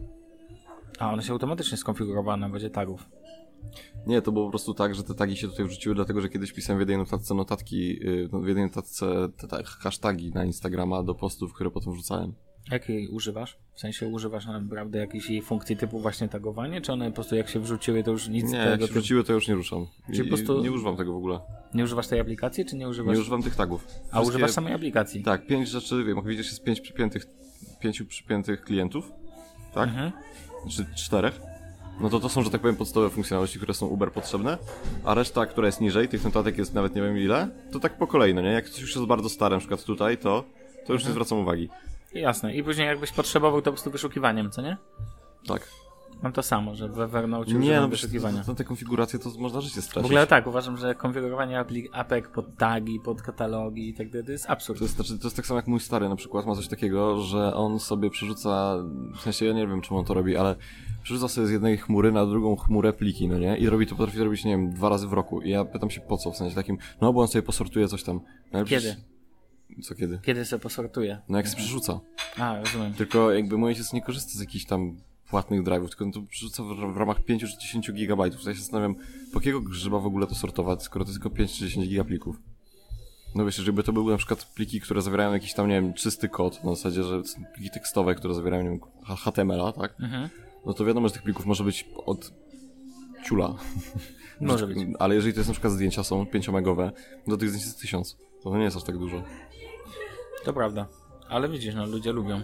A, ona się automatycznie skonfigurowała na bazie tagów. Nie, to było po prostu tak, że te tagi się tutaj wrzuciły, dlatego że kiedyś pisałem w jednej notatce notatki, yy, w jednej notatce te, te hashtagi na Instagrama do postów, które potem wrzucałem. Jakiej używasz? W sensie używasz naprawdę jakiejś jej funkcji typu właśnie tagowanie, czy one po prostu jak się wrzuciły, to już nic Nie, tego jak się typu... wrzuciły, to już nie ruszam. I, Czyli po prostu- Nie używam tego w ogóle. Nie używasz tej aplikacji, czy nie używasz? Nie używam tych tagów. A Wszystkie- używasz samej aplikacji? Tak, pięć rzeczy, wiem, jak widzisz, jest pięć przypiętych, pięciu przypiętych klientów, tak? Mhm. Czy czterech. No to to są, że tak powiem, podstawowe funkcjonalności, które są Uber potrzebne, a reszta, która jest niżej, tych notatek jest nawet nie wiem ile, to tak po kolei, no nie? Jak coś już jest bardzo stare, na przykład tutaj, to, to już nie zwracam uwagi. Jasne. I później jakbyś potrzebował, to po prostu wyszukiwaniem, co nie? Tak. Mam to samo, że we Evernote Nie, używam no wyszukiwania. na te konfiguracje to można życie W stracić. ogóle tak, uważam, że konfigurowanie aplik- apek pod tagi, pod katalogi i tak dalej, to jest absurd. To jest, znaczy, to jest tak samo jak mój stary na przykład ma coś takiego, że on sobie przerzuca, w sensie ja nie wiem czemu on to robi, ale przerzuca sobie z jednej chmury na drugą chmurę pliki, no nie? I robi to, potrafi to robić, nie wiem, dwa razy w roku. I ja pytam się po co, w sensie takim, no bo on sobie posortuje coś tam. No, ale Kiedy? przecież- Co kiedy? Kiedy sobie posortuję? No jak się przerzuca. A, rozumiem. Tylko jakby mój ojciec nie korzysta z jakichś tam płatnych drive'ów, tylko on to przerzuca w, w ramach pięć czy dziesięć gigabajtów. Ja się zastanawiam, po jakiego grzyba w ogóle to sortować, skoro to jest tylko pięć czy dziesięć gigaplików. No wiesz, żeby to były na przykład pliki, które zawierają jakiś tam, nie wiem, czysty kod, na zasadzie, że są pliki tekstowe, które zawierają, nie wiem, H T M L a, tak? Mhm. No to wiadomo, że tych plików może być od ciula. Może być. Ale jeżeli to jest na przykład zdjęcia są pięciomegowe, no to tych zdjęć jest tysiąc. To nie jest aż tak dużo. To prawda. Ale widzisz, no ludzie lubią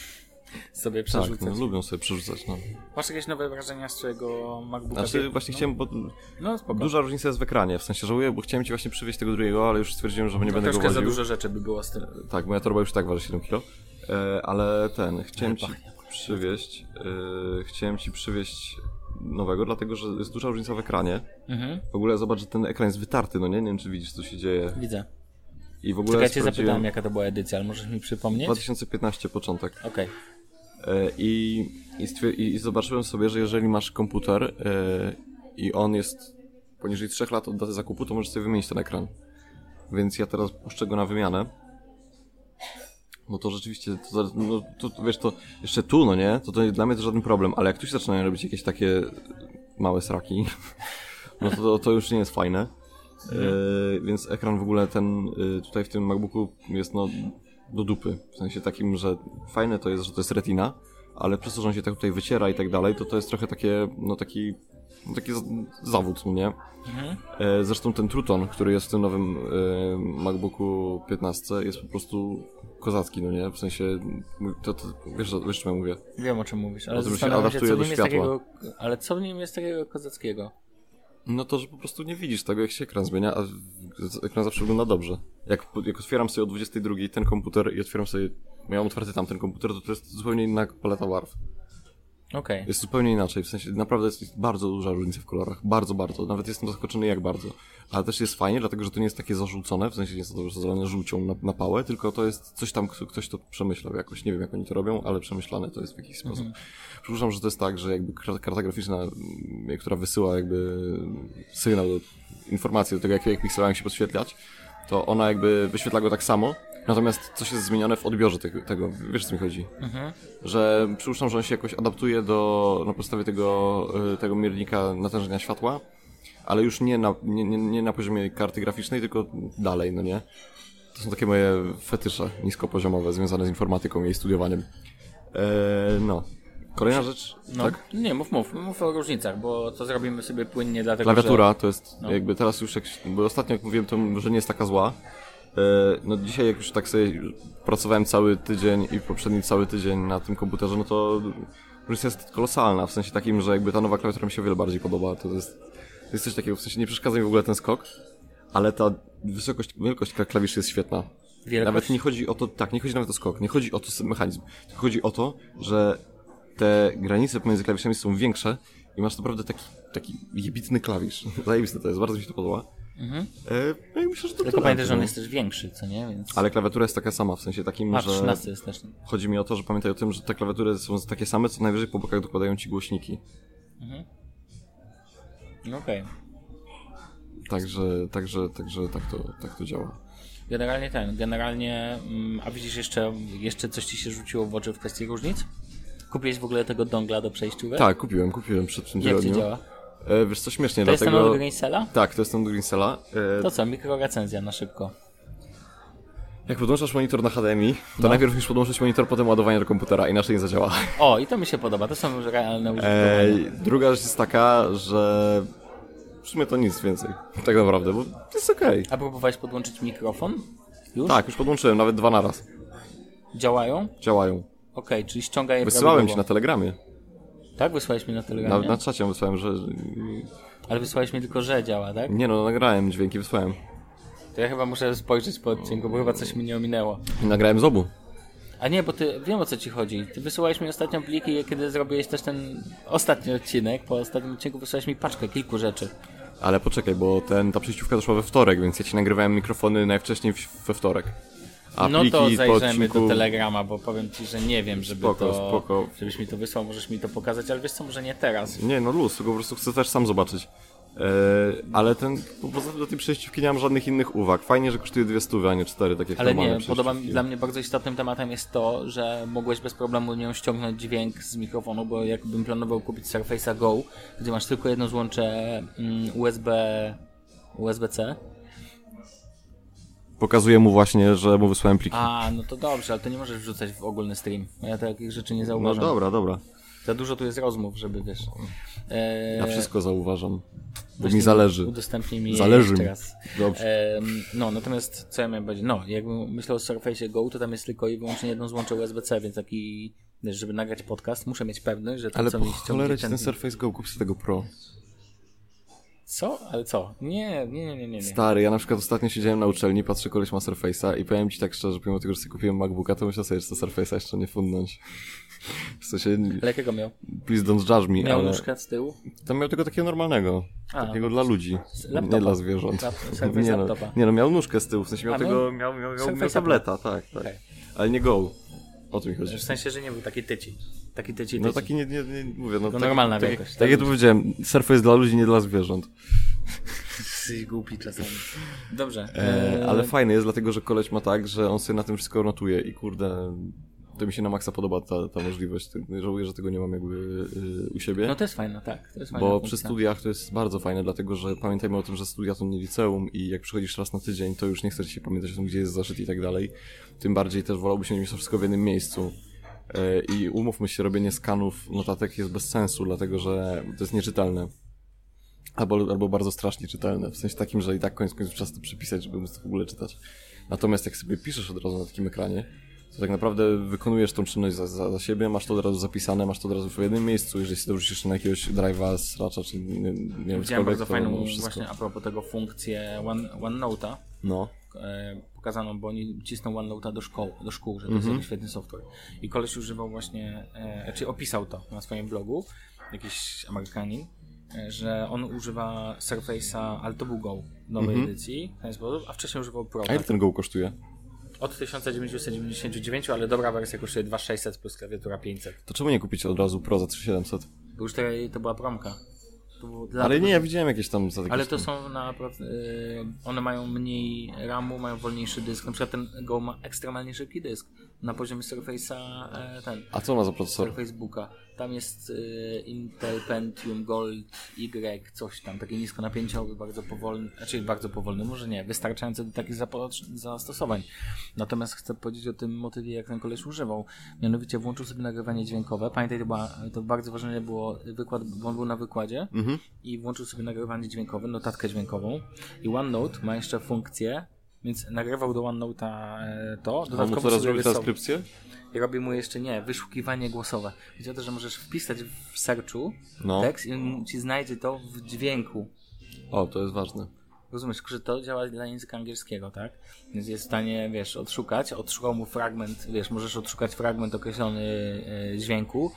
sobie Tak, przerzucać. no, lubią sobie przerzucać, no. Masz jakieś nowe wrażenia z twojego MacBooka? Znaczy właśnie no? chciałem, bo No spoko. duża różnica jest w ekranie, w sensie żałuję, bo chciałem ci właśnie przywieźć tego drugiego, ale już stwierdziłem, że nie To będę go troszkę za woził. dużo rzeczy by było z tym. Tak, moja torba już tak waży siedem kilo. E, ale ten, chciałem Ale ci pachnie. przywieźć, e, chciałem ci przywieźć nowego, dlatego że jest duża różnica w ekranie. Mhm. W ogóle zobacz, że ten ekran jest wytarty, no nie? Nie wiem, czy widzisz, co się dzieje. Widzę. I w ogóle Czekaj, cię sprawdziłem... zapytałem, jaka to była edycja, ale możesz mi przypomnieć? dwa tysiące piętnasty początek. Okej. Okay. I, i, stwier- i zobaczyłem sobie, że jeżeli masz komputer yy, i on jest poniżej trzech lat od daty zakupu, to możesz sobie wymienić ten ekran. Więc ja teraz puszczę go na wymianę. No to rzeczywiście, to, no, to, to, wiesz, to jeszcze tu, no nie? To, to dla mnie to żaden problem, ale jak tu się zaczynają robić jakieś takie małe sraki, no to, to, to już nie jest fajne. Mhm. Yy, więc ekran w ogóle ten yy, tutaj w tym MacBooku jest no do dupy. W sensie takim, że fajne to jest, że to jest retina, ale przez to, że on się tak tutaj wyciera i tak dalej, to to jest trochę takie, no taki, no taki z- zawód, no nie? Mhm. Yy, zresztą ten Truton, który jest w tym nowym yy, MacBooku piętnaście, jest po prostu kozacki, no nie? W sensie, to, to, wiesz, wiesz, czym ja mówię? Wiem, o czym mówisz, ale o tym się zastanawiam się, adaptuje co w do nim jest światła. takiego, ale co w nim jest takiego kozackiego? No to, że po prostu nie widzisz tego, jak się ekran zmienia, a ekran zawsze wygląda dobrze. Jak, jak otwieram sobie o dwudziestej drugiej ten komputer i otwieram sobie, miałem otwarty tamten komputer, to to jest zupełnie inna paleta barw. Okej. Jest zupełnie inaczej, w sensie naprawdę jest bardzo duża różnica w kolorach, bardzo, bardzo. Nawet jestem zaskoczony jak bardzo. Ale też jest fajnie, dlatego że to nie jest takie zarzucone, w sensie nie jest to zalane żółcią na, na pałę, tylko to jest coś tam, ktoś to przemyślał jakoś. Nie wiem jak oni to robią, ale przemyślane to jest w jakiś sposób. Mhm. Przypuszczam, że to jest tak, że jakby karta graficzna, która wysyła jakby sygnał, do, informację do tego, jak, jak piksele mają się podświetlać, to ona jakby wyświetla go tak samo. Natomiast coś jest zmienione w odbiorze tego, tego. Wiesz, o co mi chodzi? Mhm. Że przypuszczam, że on się jakoś adaptuje do, na podstawie tego, tego miernika natężenia światła, ale już nie na, nie, nie, nie na poziomie karty graficznej, tylko dalej, no nie? To są takie moje fetysze niskopoziomowe związane z informatyką i jej studiowaniem. Eee, no. Kolejna rzecz, no, tak? Nie, mów, mów, mów o różnicach, bo to zrobimy sobie płynnie dlatego, Klawiatura że... to jest no. jakby teraz już, jak, bo ostatnio jak mówiłem, to że nie jest taka zła. No dzisiaj jak już tak sobie pracowałem cały tydzień i poprzedni cały tydzień na tym komputerze, no to różnica jest kolosalna, w sensie takim, że jakby ta nowa klawiatura mi się o wiele bardziej podoba, to jest, to jest coś takiego, w sensie nie przeszkadza mi w ogóle ten skok, ale ta wysokość, wielkość klawiszy jest świetna. Wielkość? Nawet nie chodzi o to, tak, nie chodzi nawet o skok, nie chodzi o to mechanizm, tylko chodzi o to, że te granice pomiędzy klawiszami są większe i masz naprawdę taki, taki jebitny klawisz. Zajebiste to jest, bardzo mi się to podoba. Mhm. E, no i myślę, że to tylko pamiętaj, że on jest też większy, co nie? Więc... Ale klawiatura jest taka sama, w sensie takim, A, że... trzynaście jest też. Chodzi mi o to, że pamiętaj o tym, że te klawiatury są takie same, co najwyżej po bokach dokładają ci głośniki. Mhm. Okej. Okay. Także, także, także tak to, tak to działa. Generalnie ten, generalnie... Mm, a widzisz jeszcze, jeszcze coś ci się rzuciło w oczy w kwestii różnic? Kupiłeś w ogóle tego dongla do przejściówek? Tak, kupiłem, kupiłem przed tym tygodniu. Jak ci działa? E, wiesz co, śmiesznie, to dlatego... jest ten od Greensela? Tak, to jest ten od Greensela. E... To co, mikrorecenzja na szybko. Jak podłączasz monitor na H D M I, to no. najpierw musisz podłączyć monitor, potem ładowanie do komputera, inaczej nie zadziała. O, i to mi się podoba, to są realne użytkowania. E, druga rzecz jest taka, że w sumie to nic więcej, tak naprawdę, bo to jest okej. Okay. A próbowałeś podłączyć mikrofon? Już? Tak, już podłączyłem, nawet dwa na raz. Działają? Działają. Okej, okay, czyli ściąga je Wysyłałem ci na Telegramie. Tak? Wysłałeś mi na Telegramie? Na, na czacie wysłałem, że... Ale wysłałeś mi tylko, że działa, tak? Nie no, nagrałem dźwięki, wysłałem. To ja chyba muszę spojrzeć po odcinku, bo chyba coś mi nie ominęło. I nagrałem z obu. A nie, bo ty, wiem o co ci chodzi. Ty wysyłałeś mi ostatnio pliki, kiedy zrobiłeś też ten ostatni odcinek. Po ostatnim odcinku wysłałeś mi paczkę kilku rzeczy. Ale poczekaj, bo ten, ta przejściówka doszła we wtorek, więc ja ci nagrywałem mikrofony najwcześniej we wtorek. A no to zajrzymy odcinku... do Telegrama, bo powiem ci, że nie wiem, żeby spoko, to... Spoko. Żebyś mi to wysłał, możesz mi to pokazać, ale wiesz co, może nie teraz. Nie, no luz, tylko po prostu chcę też sam zobaczyć. Eee, ale ten, poza tym do tej przejściówki nie mam żadnych innych uwag. Fajnie, że kosztuje dwie stówy, a nie cztery, tak jak ale normalne nie, podoba mi, dla mnie bardzo istotnym tematem jest to, że mogłeś bez problemu nią ściągnąć dźwięk z mikrofonu, bo jakbym planował kupić Surface'a Go, gdzie masz tylko jedno złącze mm, U S B U S B C. Pokazuję mu właśnie, że mu wysłałem pliki. A, no to dobrze, ale to nie możesz wrzucać w ogólny stream. Ja takich rzeczy nie zauważam. No dobra, dobra. Za dużo tu jest rozmów, żeby wiesz. Eee, ja wszystko zauważam. Bo mi zależy. Udostępnij mi zależy jeszcze mi. raz. Dobrze. Eee, no, natomiast co ja miałem powiedzieć? No, jakbym myślał o Surface Go, to tam jest tylko i wyłącznie jedno złącze U S B C, więc taki, wiesz, żeby nagrać podcast, muszę mieć pewność, że to ale co po mi cholerę ten... ten Surface Go, kup sobie tego Pro. Co? Ale co? Nie, nie, nie, nie, nie. Stary, ja na przykład ostatnio siedziałem na uczelni, patrzę, koleś ma Surface'a i powiem ci tak szczerze, pomimo tego, że sobie kupiłem MacBooka, to myślę sobie, że to Surface'a jeszcze nie fundnąć. W sensie... Ale jakiego miał? Please don't judge me, Miał ale... nóżkę z tyłu? Tam miał tylko takiego normalnego. A, takiego dla ludzi. laptopa. Nie dla zwierząt. Lap- Surface nie, no, laptopa. nie no, miał nóżkę z tyłu, w sensie miał A, tego... Miał, miał, miał, Surface'a miał tableta, tak, tak. Okay. Ale nie Go. O tym mi chodzi. W sensie, że nie był taki tyci. Taki tyci, tyci. No taki nie, nie, nie mówię, no tak, normalna tak, wielkość. Tak, tak jak tu powiedziałem, Surface dla ludzi, nie dla zwierząt. Jesteś głupi czasami. Dobrze. E, ale fajny jest, dlatego że koleś ma tak, że on sobie na tym wszystko notuje i kurde, to mi się na maksa podoba ta, ta możliwość. Żałuję, że tego nie mam jakby y, u siebie. No to jest fajne, tak. To jest fajna Bo funkcja. przy studiach to jest bardzo fajne, dlatego że pamiętajmy o tym, że studia to nie liceum i jak przychodzisz raz na tydzień, to już nie chcesz się pamiętać o tym, gdzie jest zaszyt i tak dalej. Tym bardziej też wolałbyś mieć to wszystko w jednym miejscu. I umówmy się, robienie skanów notatek jest bez sensu, dlatego że to jest nieczytelne. Albo, albo bardzo strasznie czytelne, w sensie takim, że i tak koniec końców czas to przepisać, żeby móc to w ogóle czytać. Natomiast jak sobie piszesz od razu na takim ekranie, to tak naprawdę wykonujesz tą czynność za, za, za siebie, masz to od razu zapisane, masz to od razu w jednym miejscu, jeżeli sobie dorzucisz jeszcze na jakiegoś drive'a, stracza, czy nie, nie wiem, Widziałem bardzo to fajną wszystko. właśnie a propos tego funkcję One, OneNote'a. No. E, pokazaną, bo oni cisną OneNote'a do szkoły, do szkół, że to Mhm. jest jakiś świetny software. I koleś używał właśnie, e, czy opisał to na swoim blogu, jakiś Amerykanin, e, że on używa Surface'a, ale to był Go w nowej Mhm. edycji, w ten sposób, a wcześniej używał Pro. A ile ten Go kosztuje? Od tysiąc dziewięćset dziewięćdziesiąt dziewięć, ale dobra wersja kosztuje dwa tysiące sześćset plus klawiatura pięćset. To czemu nie kupić od razu Pro za trzy tysiące siedemset? Bo już tutaj to była promka. To było dla Ale nie, ja widziałem jakieś tam za takie Ale to są na... Yy, one mają mniej ramu, mają wolniejszy dysk. Na przykład ten Go ma ekstremalnie szybki dysk. Na poziomie Surface'a e, ten... A co ma za procesor? Surface Booka. Tam jest y, Intel Pentium Gold Y, coś tam, taki niskonapięciowy, bardzo powolny, znaczy bardzo powolny, może nie, wystarczający do takich zapo- zastosowań. Natomiast chcę powiedzieć o tym motywie, jak ten koleś używał. Mianowicie włączył sobie nagrywanie dźwiękowe. Pamiętaj, to, była, to bardzo ważne było wykład, bo on był na wykładzie Mhm. i włączył sobie nagrywanie dźwiękowe, notatkę dźwiękową i OneNote ma jeszcze funkcję, więc nagrywał do OneNote'a e, to. A mu Dodatkowo teraz sobie robi rysował. transkrypcję? I robi mu jeszcze, nie, wyszukiwanie głosowe. Chodzi o to, że możesz wpisać w searchu No. tekst i on ci znajdzie to w dźwięku. O, to jest ważne. Rozumiesz, że to działa dla języka angielskiego, tak? Więc jest w stanie, wiesz, odszukać, odszukał mu fragment, wiesz, możesz odszukać fragment określony e, dźwięku.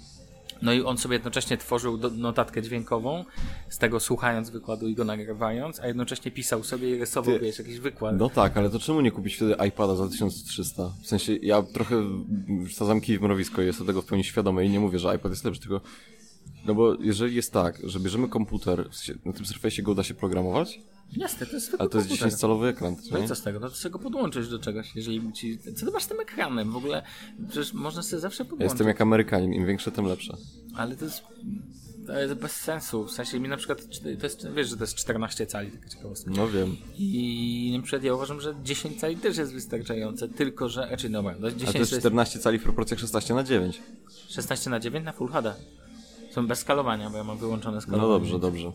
No i on sobie jednocześnie tworzył do, notatkę dźwiękową, z tego słuchając wykładu i go nagrywając, a jednocześnie pisał sobie i rysował, Ty- wiesz, jakiś wykład. No tak, ale to czemu nie kupić wtedy iPada za tysiąc trzysta? W sensie, ja trochę wsadzam kij w mrowisko i jestem tego w pełni świadomy i nie mówię, że iPad jest lepszy, tylko... No bo jeżeli jest tak, że bierzemy komputer, w sensie, na tym Surface'ie go da się programować, Jasne, to jest zwykły ale to jest komputer. dziesięciocalowy ekran, No i nie? co z tego? No to sobie go podłączyć do czegoś, jeżeli ci... Co ty masz z tym ekranem? W ogóle przecież można sobie zawsze Ja podłączyć. jestem jak Amerykanin, im większe, tym lepsze. Ale to jest... To jest bez sensu. W sensie mi na przykład... To jest, wiesz, że to jest czternaście cali, taka ciekawostka. No wiem. I na przykład ja uważam, że dziesięć cali też jest wystarczające, tylko że... Znaczy dobra, no A to dziesięć jest to jest czternaście cali w proporcjach szesnaście na dziewięć. szesnaście na dziewięć na Full H D. Są bez skalowania, bo ja mam wyłączone No skalowanie. dobrze, dobrze.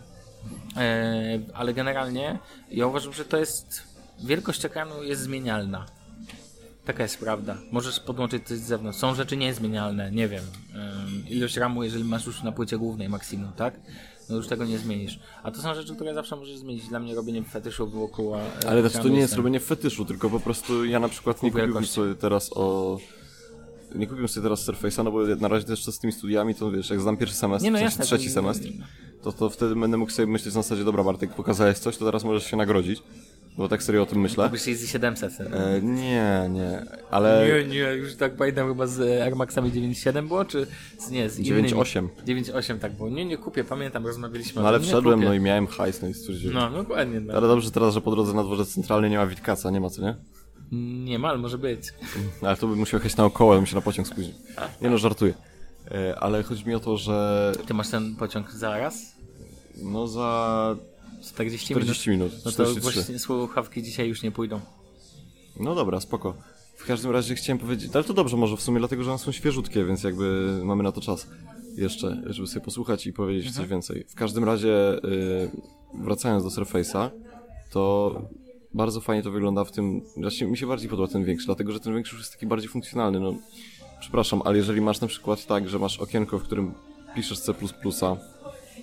E, ale generalnie ja uważam, że to jest... Wielkość ekranu jest zmienialna. Taka jest prawda. Możesz podłączyć coś z zewnątrz. Są rzeczy niezmienialne, nie wiem. Ym, ilość ramu, jeżeli masz już na płycie głównej maksimum, tak? No już tego nie zmienisz. A to są rzeczy, które zawsze możesz zmienić. Dla mnie robienie fetyszu wokół... e, Ale to, to ekranu nie jest ten- robienie fetyszu, tylko po prostu ja na przykład nie kupiłbym wielkości. sobie teraz o... Nie kupiłem sobie teraz Surface'a, no bo na razie też z tymi studiami, to wiesz, jak zdam pierwszy semestr, Nie, no w sensie jasne, trzeci to- semestr, to, to wtedy będę mógł sobie myśleć na zasadzie, dobra Bartek, pokazałeś coś, to teraz możesz się nagrodzić, bo tak serio o tym myślę. Kupisz Easy siedemset. E, nie, nie, ale Nie, nie, już tak pamiętam chyba z Air Maxami dziewięć siedem było, czy z, nie, z dziewięć innymi? osiem. dziewięć osiem tak było. Nie, nie kupię, pamiętam, rozmawialiśmy No o ale tym. Nie wszedłem, kupię. no i miałem hajs, no i stwierdziłem. No, dokładnie. No. Ale dobrze teraz, że po drodze na dworzec centralny nie ma Witkaca, nie ma co, nie? Nie ma, ale może być. Ale to bym musiał jechać naokoło, bym się na pociąg spóźnił. Nie no, żartuję. E, ale chodzi mi o to, że Ty masz ten pociąg zaraz? no za czterdzieści, czterdzieści minut, minut. No to czterdzieści trzy. właśnie słuchawki dzisiaj już nie pójdą. No dobra, spoko. W każdym razie chciałem powiedzieć, ale to dobrze może w sumie, dlatego że one są świeżutkie, więc jakby mamy na to czas jeszcze, żeby sobie posłuchać i powiedzieć Mhm. coś więcej. W każdym razie, y, wracając do Surface'a, to bardzo fajnie to wygląda w tym, właśnie mi się bardziej podoba ten większy, dlatego że ten większy już jest taki bardziej funkcjonalny, no przepraszam, ale jeżeli masz na przykład tak, że masz okienko, w którym piszesz C plus plus,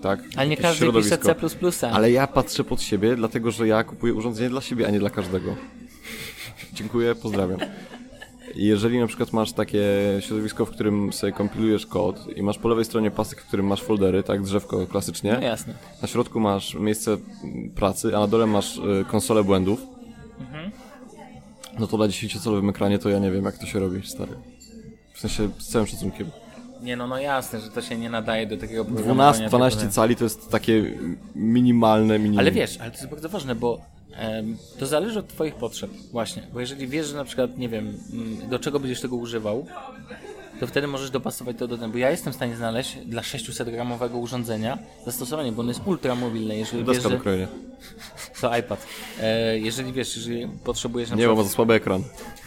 tak? Ale nie Jakieś każdy pisze środowisko. C plus plus. Ale ja patrzę pod siebie, dlatego że ja kupuję urządzenie dla siebie, a nie dla każdego. Dziękuję, pozdrawiam. I jeżeli na przykład masz takie środowisko, w którym sobie kompilujesz kod i masz po lewej stronie pasek, w którym masz foldery, tak, drzewko klasycznie. No jasne. Na środku masz miejsce pracy, a na dole masz y, konsolę błędów. Mhm. No to na dziesięciocalowym ekranie to ja nie wiem, jak to się robi, stary. W sensie, z całym szacunkiem. Nie, no no jasne, że to się nie nadaje do takiego dwanaście programowania. dwanaście cali to jest takie minimalne minimum. Ale wiesz, ale to jest bardzo ważne, bo em, to zależy od twoich potrzeb, właśnie. Bo jeżeli wiesz, że na przykład, nie wiem, mm, do czego będziesz tego używał, to wtedy możesz dopasować to do tego. Bo ja jestem w stanie znaleźć dla sześćset gramowego urządzenia zastosowanie, bo ono jest ultramobilne. Jeżeli wiesz, Deska do że... krojenia. To iPad. E, jeżeli wiesz, jeżeli potrzebujesz na Nie, bo przykład... ma za słaby ekran.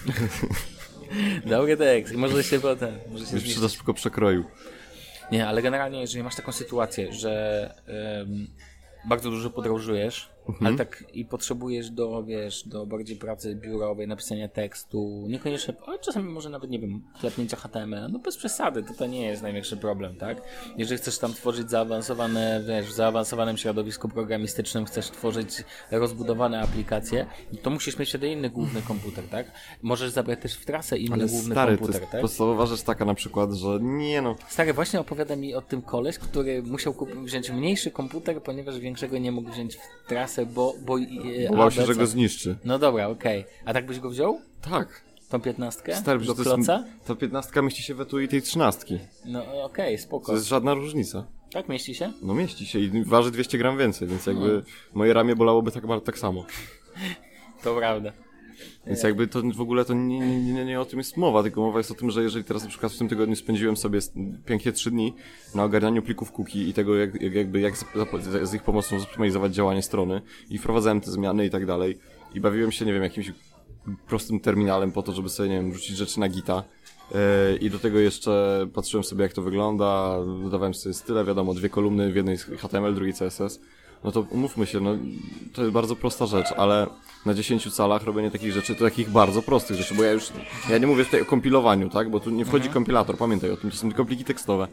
Dobry tekst, może się potem... Może się Byś zniszczyć. przyda szybko przekroił. Nie, ale generalnie, jeżeli masz taką sytuację, że um, bardzo dużo podróżujesz, mhm. ale tak i potrzebujesz do, wiesz, do bardziej pracy biurowej, napisania tekstu, niekoniecznie, ale czasami może nawet, nie wiem, klepnięcia H T M L, no bez przesady, to to nie jest największy problem, tak? Jeżeli chcesz tam tworzyć zaawansowane, wiesz, w zaawansowanym środowisku programistycznym, chcesz tworzyć rozbudowane aplikacje, to musisz mieć wtedy inny główny komputer, tak? Możesz zabrać też w trasę inny ale główny stary, komputer, to jest tak? podstawowa rzecz taka na przykład, że nie no. Stary, właśnie opowiada mi o tym koleś, który musiał kup- wziąć mniejszy komputer, ponieważ większego nie mógł wziąć w trasę, bo... Bo, e, Bo bał A, się, B, że C. go zniszczy. No dobra, okej. Okay. A tak byś go wziął? Tak. Tą piętnastkę? Stary, do że to kloca? jest, ta piętnastka mieści się w etui tej trzynastki. No okej, okay, spoko. To jest żadna różnica. Tak mieści się? No mieści się i waży dwieście gram więcej, więc jakby no. moje ramię bolałoby tak, tak samo. To prawda. Więc jakby to w ogóle to nie, nie, nie, nie o tym jest mowa, tylko mowa jest o tym, że jeżeli teraz na przykład w tym tygodniu spędziłem sobie pięknie trzy dni na ogarnianiu plików cookie i tego jak, jak, jakby jak z, z ich pomocą zoptymalizować działanie strony i wprowadzałem te zmiany i tak dalej i bawiłem się, nie wiem, jakimś prostym terminalem po to, żeby sobie, nie wiem, rzucić rzeczy na gita yy, i do tego jeszcze patrzyłem sobie jak to wygląda, dodawałem sobie style, wiadomo, dwie kolumny, w jednej H T M L, drugiej C S S. No to umówmy się, no to jest bardzo prosta rzecz, ale na dziesięciu calach robienie takich rzeczy, to takich bardzo prostych rzeczy, bo ja już, ja nie mówię tutaj o kompilowaniu, tak, bo tu nie wchodzi mhm. kompilator, pamiętaj o tym, to są tylko pliki tekstowe.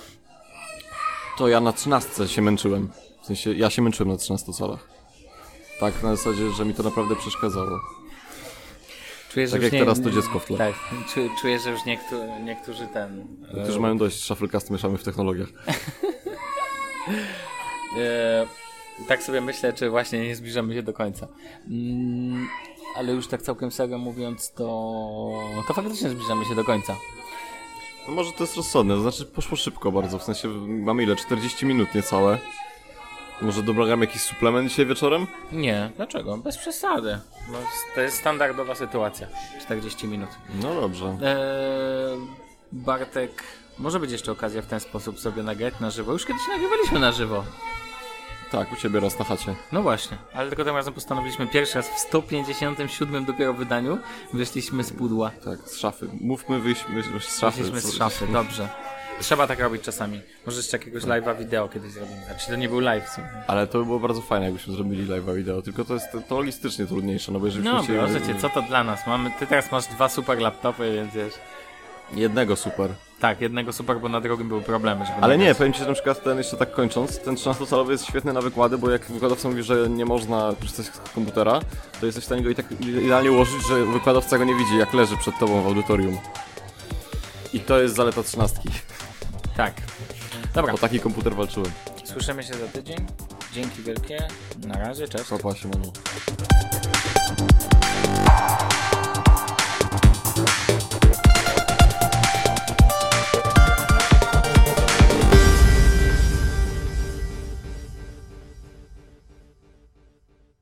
To ja na trzynastce się męczyłem, w sensie ja się męczyłem na trzynastu calach. Tak, na zasadzie, że mi to naprawdę przeszkadzało. Czuję, tak jak nie, teraz to dziecko w tle. Tak, czuję, że już niektórzy, niektórzy ten... Niektórzy mają dość, Shufflecast mieszamy w technologiach. e, tak sobie myślę, czy właśnie nie zbliżamy się do końca. Mm, ale już tak całkiem serio mówiąc, to, to faktycznie zbliżamy się do końca. No może to jest rozsądne, to znaczy poszło szybko bardzo, w sensie mamy ile? czterdzieści minut niecałe. Może dobramy jakiś suplement dzisiaj wieczorem? Nie, dlaczego? Bez przesady. No, to jest standardowa sytuacja. czterdzieści minut. No dobrze. Eee, Bartek, może być jeszcze okazja w ten sposób sobie nagrać na żywo. Już kiedyś nagrywaliśmy na żywo. Tak, u ciebie raz na chacie. No właśnie, ale tylko tym razem postanowiliśmy pierwszy raz w sto pięćdziesiątym siódmym dopiero wydaniu wyszliśmy z pudła. Tak, z szafy. Mówmy wyjść z szafy. Wyszliśmy z szafy, dobrze. Trzeba tak robić czasami. Może jeszcze jakiegoś live'a wideo kiedyś zrobimy. Znaczy to nie był live. Co? Ale to by było bardzo fajne, jakbyśmy zrobili live'a wideo, tylko to jest to logistycznie trudniejsze, no bo jeżeli... No się... proszę cię, co to dla nas? Mamy, ty teraz masz dwa super laptopy, więc wiesz... Jednego super. Tak, jednego super, bo na drugim były problemy. Żeby Ale nie, powiem ci, że na przykład ten, jeszcze tak kończąc, ten trzynastocalowy jest świetny na wykłady, bo jak wykładowca mówi, że nie można korzystać z komputera, to jesteś w stanie go i tak idealnie ułożyć, że wykładowca go nie widzi, jak leży przed tobą w audytorium. I to jest zaleta trzynastki. Tak. Dobra. O taki komputer walczyłem. Słyszymy się za tydzień. Dzięki wielkie. Na razie, cześć. Papa się, manu.